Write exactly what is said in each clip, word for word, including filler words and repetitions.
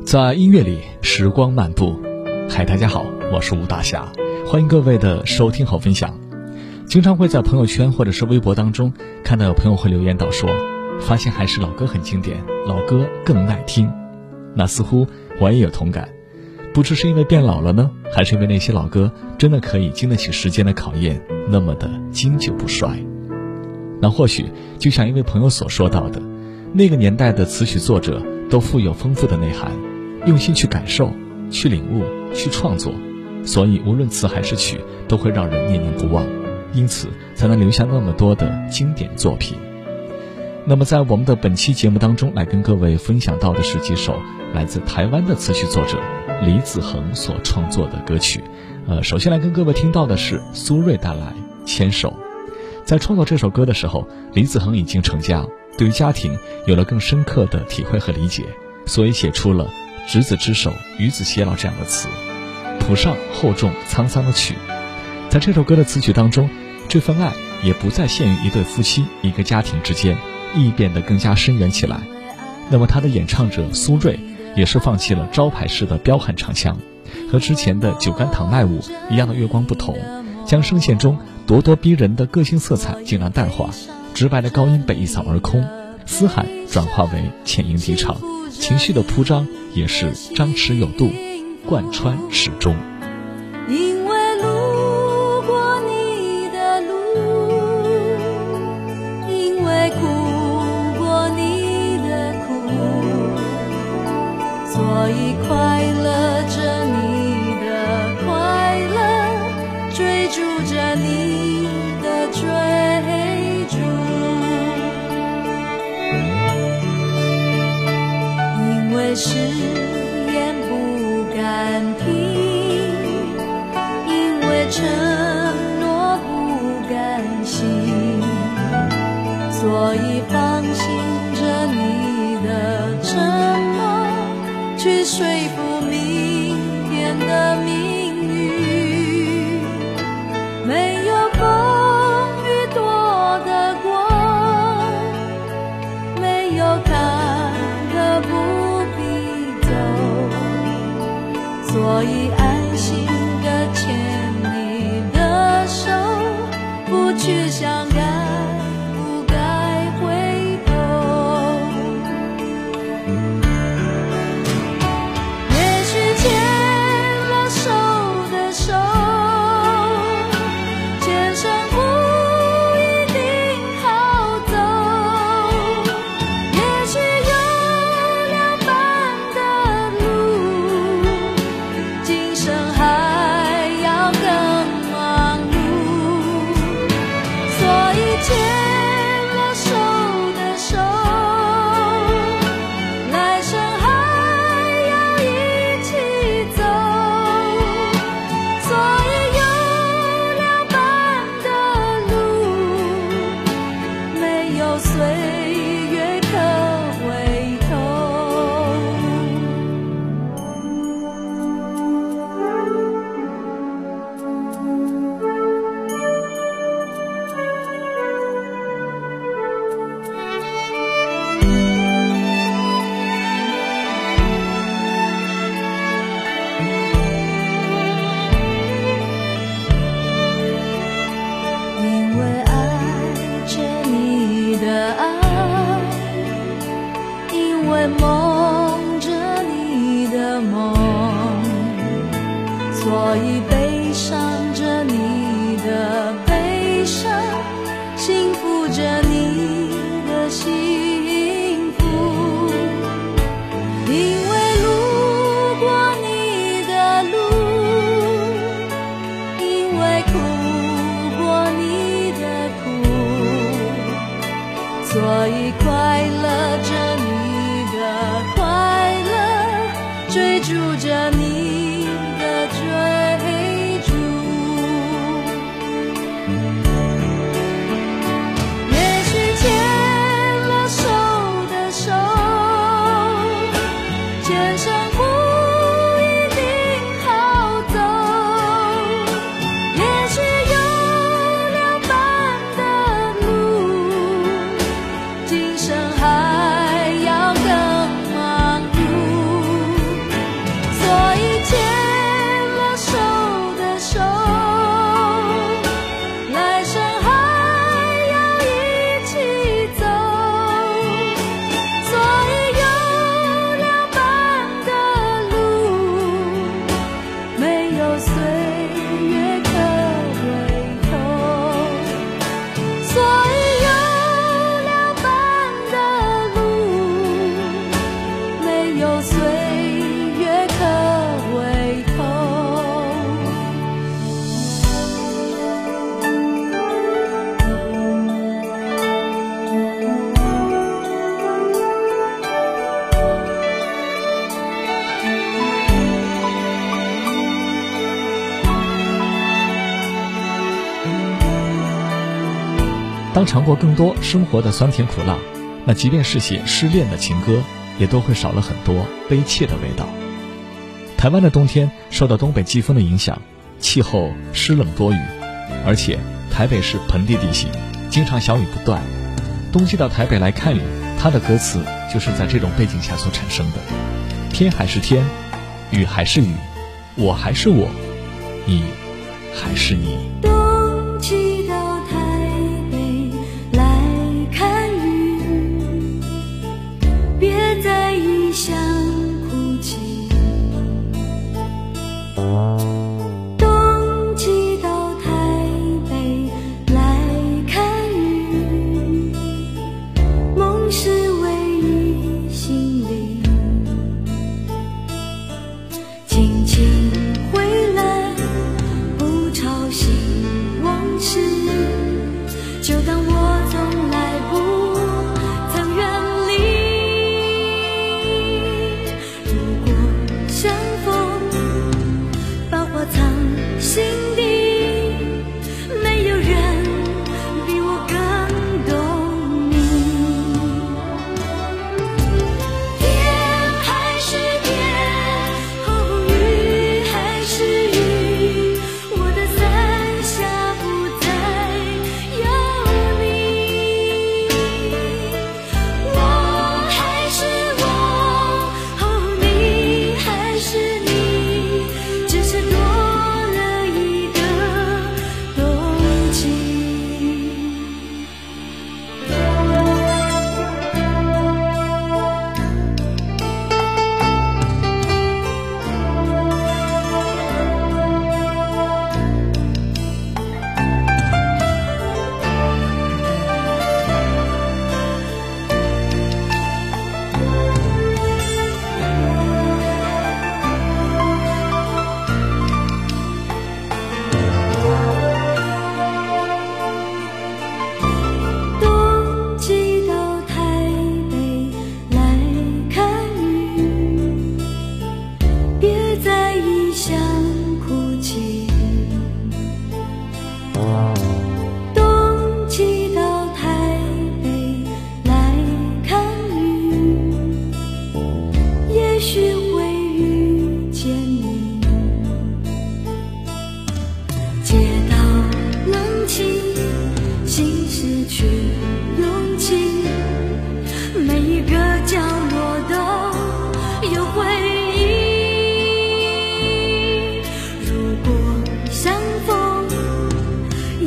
在音乐里，时光漫步。嗨，大家好，我是吴大侠，欢迎各位的收听和分享。经常会在朋友圈或者是微博当中看到有朋友会留言到说，发现还是老歌很经典，老歌更耐听。那似乎我也有同感，不知是因为变老了呢，还是因为那些老歌真的可以经得起时间的考验，那么的经久不衰。那或许就像一位朋友所说到的，那个年代的词曲作者都富有丰富的内涵，用心去感受，去领悟，去创作，所以无论词还是曲都会让人念念不忘，因此才能留下那么多的经典作品。那么在我们的本期节目当中，来跟各位分享到的是几首来自台湾的词曲作者李子恒所创作的歌曲。呃，首先来跟各位听到的是苏芮带来《牵手》。在创作这首歌的时候，李子恒已经成家，对于家庭有了更深刻的体会和理解，所以写出了执子之手，与子偕老这样的词，谱上厚重沧桑的曲。在这首歌的词曲当中，这份爱也不再限于一对夫妻一个家庭之间，意义变得更加深远起来。那么他的演唱者苏芮也是放弃了招牌式的彪悍唱腔，和之前的酒干倘卖无一样的月光不同，将声线中咄咄逼人的个性色彩尽量淡化，直白的高音被一扫而空，嘶喊转化为浅吟低唱，情绪的铺张也是张弛有度，贯穿始终。 因为路过你的路，因为哭过你的苦，所以快乐着你的快乐，追逐着你的追逐。因为誓言不敢听，因为承诺不甘心，所以放心着你的沉默，去说服明天的命运。没有风雨躲得过，没有坎坷不必走，所以安心地牵你的手，不去想该不该回头。也许牵了手的手，前生不一定好走，也许有两半的路，今生还要更忙碌，所以牵了手的手，来生还要一起走，所以有两半的路，没有岁月可回头。因为爱着你的爱，因为梦着你的梦，所以悲伤着你的悲伤，幸福着你的幸福。因为路过你的路，因为哭过你的苦，所以快乐着你的快乐，追逐着你的追逐。也许牵了手的手，前生不一定好走，也许有两半的路，今生还当尝过更多生活的酸甜苦辣，那即便是写失恋的情歌，也都会少了很多悲切的味道。台湾的冬天受到东北季风的影响，气候湿冷多雨，而且台北是盆地地形，经常小雨不断。冬季到台北来看雨，它的歌词就是在这种背景下所产生的。天还是天，雨还是雨，我还是我，你还是你。 冬季到台北来看雨，别在异乡哭泣。冬季到台北来看雨，梦是唯一心灵。轻轻回来，不吵醒往事，就当我从来不曾远离。如果相逢，把话藏心底，没有人比我更懂你。天还是天，哦，雨还是雨，我的伞下不再有你。我还是我，哦，你还是你，只是多了一个冬季。冬季到台北来看雨，别在异乡哭泣。冬季到台北来看雨，也许会遇见你。街道冷清，心失去勇气，每一个角落都有回忆。如果相逢，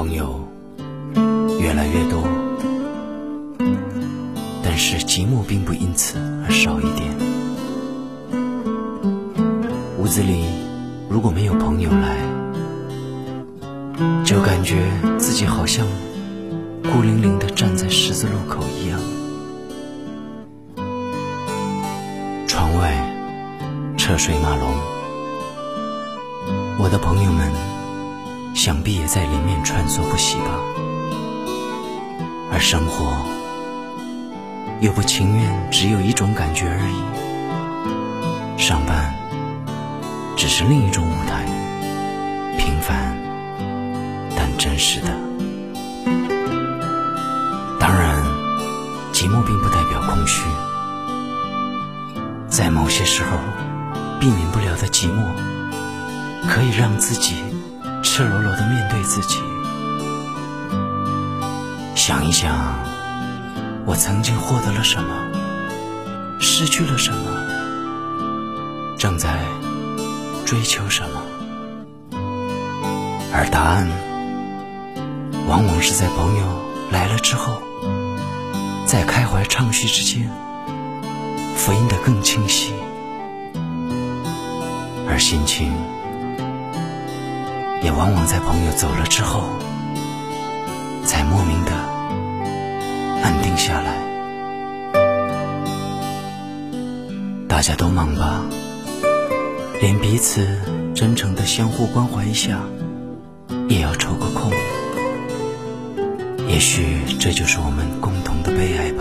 朋友越来越多，但是寂寞并不因此而少一点。屋子里如果没有朋友来，就感觉自己好像孤零零地站在十字路口一样。窗外车水马龙，我的朋友们想必也在里面穿梭不息吧。而生活又不情愿只有一种感觉而已，上班只是另一种舞台，平凡但真实的。当然，寂寞并不代表空虚，在某些时候避免不了的寂寞，可以让自己赤裸裸地面对自己。想一想，我曾经获得了什么，失去了什么，正在追求什么，而答案往往是在朋友来了之后，在开怀畅叙之间复印得更清晰，而心情也往往在朋友走了之后才莫名的安定下来。大家都忙吧，连彼此真诚的相互关怀一下也要抽个空。也许这就是我们共同的悲哀吧。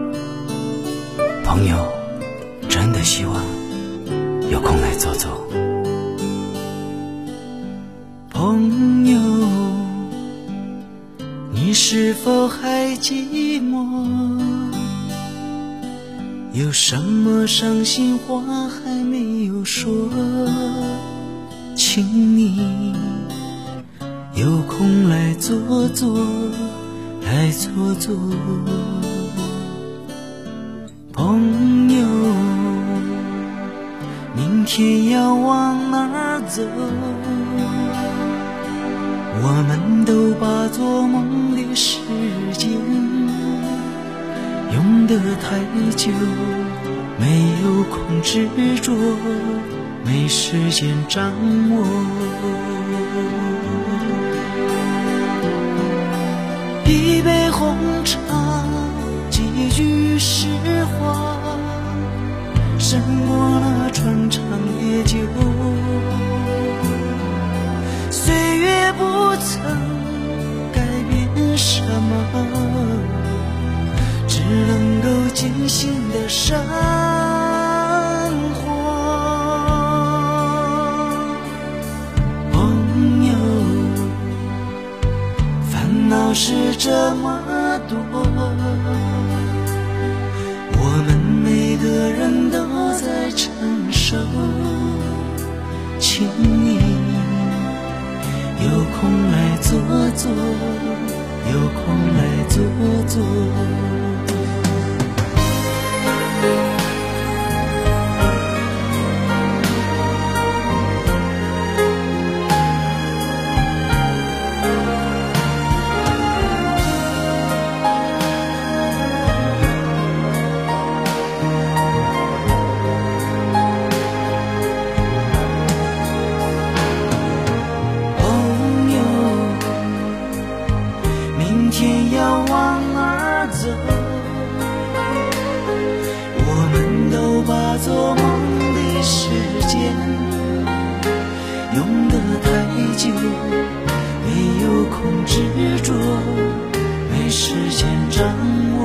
朋友真的希望有空来走走。 朋友，你是否还寂寞？有什么伤心话还没有说？请你有空来坐坐，来坐坐。朋友，明天要往哪儿走？我们都把做梦的时间用得太久，没有空执着，没时间掌握。一杯红茶，几句实话，胜过那穿肠烈酒。岁月不曾改变什么，只能够尽情的生活。朋友，烦恼是这么多，我们每个人都在承受，请你有空来坐坐，有空来坐坐。做梦的时间用得太久，没有空执着，没时间掌握。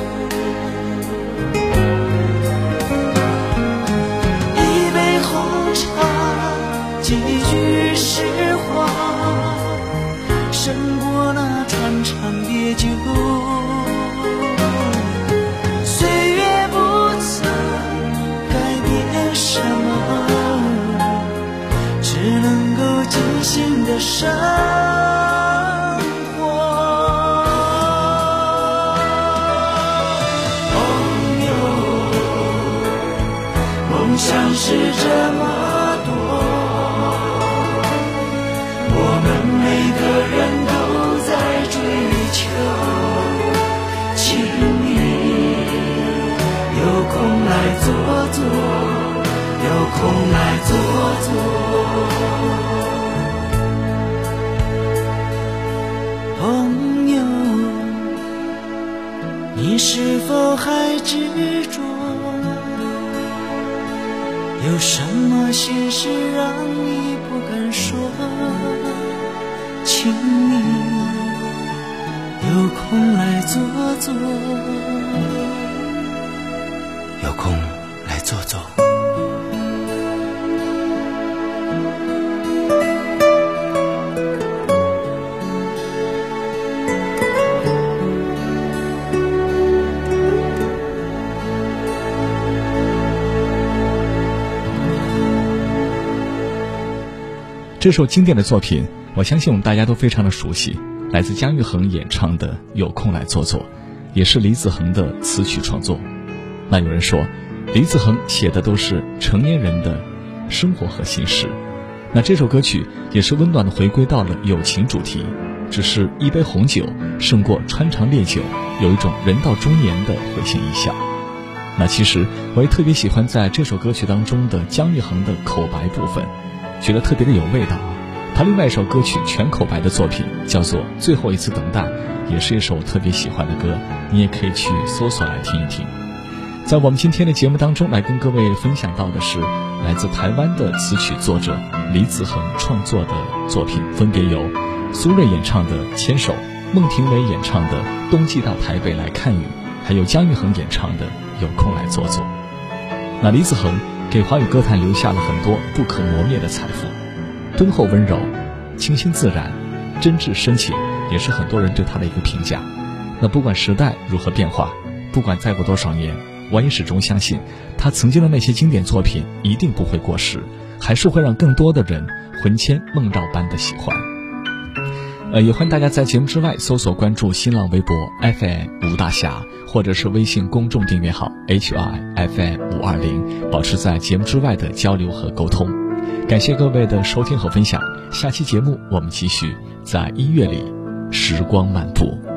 一杯红茶，几句实话，胜过那穿肠烈酒。只能够尽情的生活。朋友，梦想是这么多，我们每个人都在坐坐，有空来坐坐。朋友，你是否还执着？有什么心事让你不敢说？请你有空来坐坐， 有空来坐坐。 这首经典的作品，我相信我们大家都非常的熟悉，来自姜育恒演唱的《有空来坐坐》，也是李子恒的词曲创作。那有人说，李子恒写的都是成年人的生活和心事，那这首歌曲也是温暖的回归到了友情主题，只是一杯红酒胜过穿肠烈酒，有一种人到中年的会心一笑。那其实我也特别喜欢在这首歌曲当中的姜育恒的口白部分，觉得特别的有味道。他另外一首歌曲全口白的作品叫做《最后一次等待》，也是一首特别喜欢的歌，你也可以去搜索来听一听。在我们今天的节目当中，来跟各位分享到的是来自台湾的词曲作者李子恒创作的作品，分别由苏芮演唱的《牵手》，孟庭苇演唱的《冬季到台北来看雨》，还有姜育恒演唱的《有空来坐坐》。那李子恒给华语歌坛留下了很多不可磨灭的财富，敦厚温柔，清新自然，真挚深情，也是很多人对他的一个评价。那不管时代如何变化，不管再过多少年，我也始终相信他曾经的那些经典作品一定不会过时，还是会让更多的人魂牵梦绕般的喜欢。呃，也欢迎大家在节目之外搜索关注新浪微博 F M 吴大侠，或者是微信公众订阅号 H R F M 五二零，保持在节目之外的交流和沟通。感谢各位的收听和分享，下期节目我们继续在音乐里时光漫步。